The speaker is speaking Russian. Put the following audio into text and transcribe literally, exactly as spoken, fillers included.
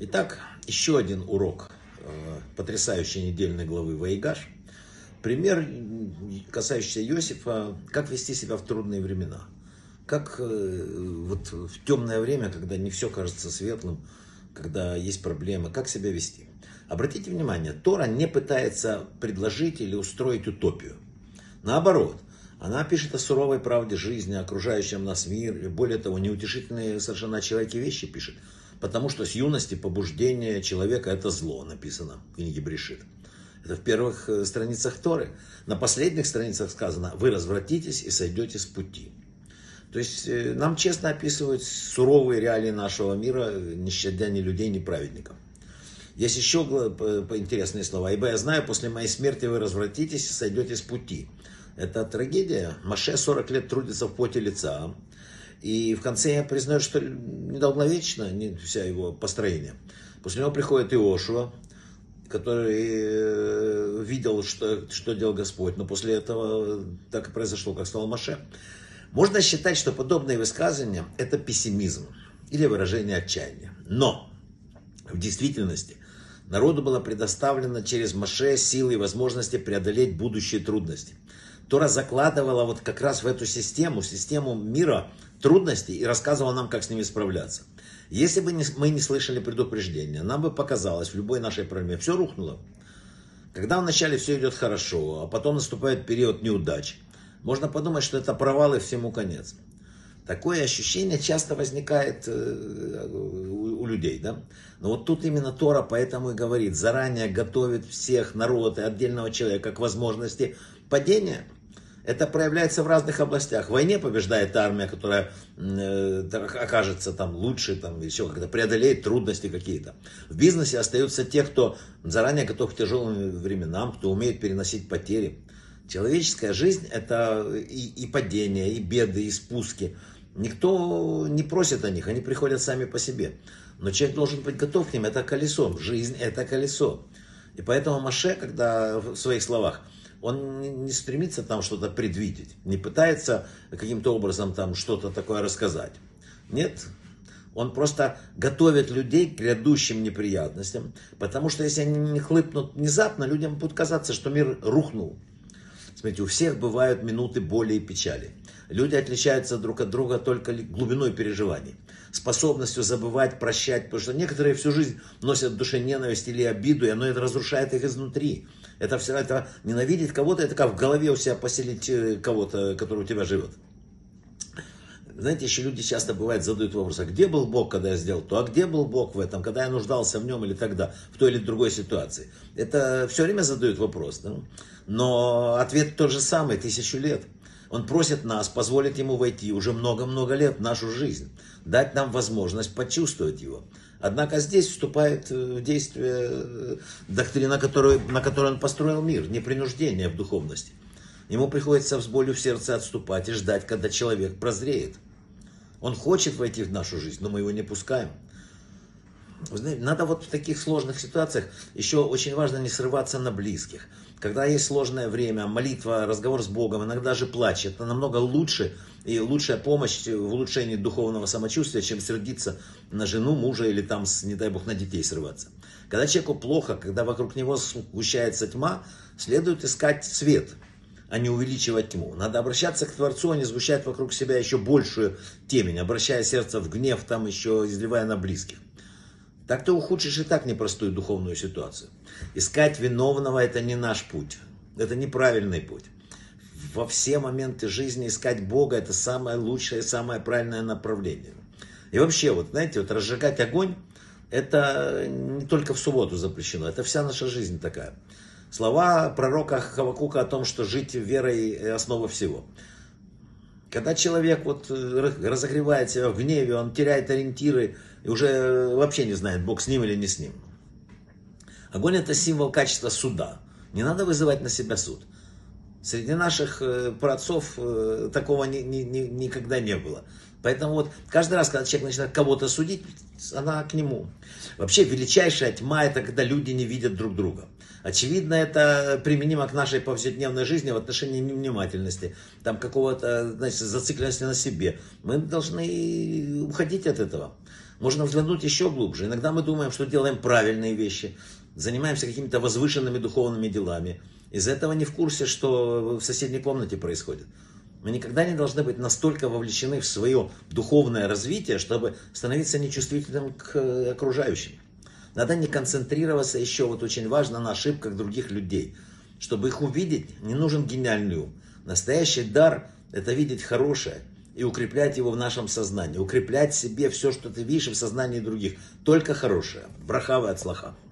Итак, еще один урок э, потрясающей недельной главы Ваигаш. Пример, касающийся Иосифа, как вести себя в трудные времена. Как э, вот в темное время, когда не все кажется светлым, когда есть проблемы, как себя вести. Обратите внимание, Тора не пытается предложить или устроить утопию. Наоборот, она пишет о суровой правде жизни, о окружающем нас мире. Более того, неутешительные совершенно о человеке вещи пишет. Потому что с юности побуждение человека – это зло, написано в книге Брешит. Это в первых страницах Торы. На последних страницах сказано: вы развратитесь и сойдете с пути. То есть нам честно описывают суровые реалии нашего мира, не щадя ни людей, ни праведников. Есть еще интересные слова. Ибо я знаю, после моей смерти вы развратитесь и сойдете с пути. Это трагедия. Моше сорок лет трудится в поте лица. И в конце я признаю, что недолговечно не вся его построение. После него приходит Иошуа, который видел, что, что делал Господь. Но после этого так и произошло, как стал Моше. Можно считать, что подобные высказывания – это пессимизм или выражение отчаяния. Но в действительности народу было предоставлено через Моше силы и возможности преодолеть будущие трудности. Тора закладывала вот как раз в эту систему, систему мира трудностей и рассказывала нам, как с ними справляться. Если бы мы не слышали предупреждения, нам бы показалось в любой нашей проблеме, все рухнуло. Когда вначале все идет хорошо, а потом наступает период неудач, можно подумать, что это провал и всему конец. Такое ощущение часто возникает у людей, да? Но вот тут именно Тора поэтому и говорит, заранее готовит всех, народ и отдельного человека к возможности падения. Это проявляется в разных областях. В войне побеждает армия, которая э, окажется там лучше, там, еще как-то преодолеет трудности какие-то. В бизнесе остаются те, кто заранее готов к тяжелым временам, кто умеет переносить потери. Человеческая жизнь – это и, и падения, и беды, и спуски. Никто не просит о них, они приходят сами по себе. Но человек должен быть готов к ним, это колесо. Жизнь – это колесо. И поэтому Моше, когда в своих словах, он не стремится там что-то предвидеть, не пытается каким-то образом там что-то такое рассказать. Нет, он просто готовит людей к грядущим неприятностям, потому что если они не хлыпнут внезапно, людям будет казаться, что мир рухнул. Смотрите, у всех бывают минуты боли и печали. Люди отличаются друг от друга только глубиной переживаний, способностью забывать, прощать, потому что некоторые всю жизнь носят в душе ненависть или обиду, и оно это разрушает их изнутри. Это все, это ненавидеть кого-то, это как в голове у себя поселить кого-то, который у тебя живет. Знаете, еще люди часто бывает задают вопрос, а где был Бог, когда я сделал то, а где был Бог в этом, когда я нуждался в нем или тогда, в той или другой ситуации. Это все время задают вопрос, да? Но ответ тот же самый, тысячу лет. Он просит нас позволить ему войти уже много-много лет в нашу жизнь, дать нам возможность почувствовать его. Однако здесь вступает в действие доктрина, которую, на которой он построил мир, непринуждение в духовности. Ему приходится с болью в сердце отступать и ждать, когда человек прозреет. Он хочет войти в нашу жизнь, но мы его не пускаем. Вы знаете, надо вот в таких сложных ситуациях еще очень важно не срываться на близких. Когда есть сложное время, молитва, разговор с Богом, иногда даже плач, это намного лучше и лучшая помощь в улучшении духовного самочувствия, чем сердиться на жену, мужа или там, не дай Бог, на детей срываться. Когда человеку плохо, когда вокруг него сгущается тьма, следует искать свет, а не увеличивать тьму. Надо обращаться к Творцу, а не сгущать вокруг себя еще большую темень, обращая сердце в гнев, там еще изливая на близких. Так ты ухудшишь и так непростую духовную ситуацию. Искать виновного – это не наш путь. Это неправильный путь. Во все моменты жизни искать Бога – это самое лучшее, самое правильное направление. И вообще, вот знаете, вот разжигать огонь – это не только в субботу запрещено. Это вся наша жизнь такая. Слова пророка Хавакука о том, что жить верой – основа всего. Когда человек вот разогревает себя в гневе, он теряет ориентиры и уже вообще не знает, Бог с ним или не с ним. Огонь – это символ качества суда. Не надо вызывать на себя суд. Среди наших праотцов такого ни, ни, ни, никогда не было. Поэтому вот каждый раз, когда человек начинает кого-то судить, она к нему. Вообще величайшая тьма – это когда люди не видят друг друга. Очевидно, это применимо к нашей повседневной жизни в отношении невнимательности, там какого-то, значит, зацикленности на себе. Мы должны уходить от этого. Можно взглянуть еще глубже. Иногда мы думаем, что делаем правильные вещи, занимаемся какими-то возвышенными духовными делами. Из этого не в курсе, что в соседней комнате происходит. Мы никогда не должны быть настолько вовлечены в свое духовное развитие, чтобы становиться нечувствительным к окружающим. Надо не концентрироваться еще, вот очень важно, на ошибках других людей. Чтобы их увидеть, не нужен гениальный ум. Настоящий дар – это видеть хорошее и укреплять его в нашем сознании. Укреплять в себе все, что ты видишь в сознании других. Только хорошее. Браха ве ацлаха.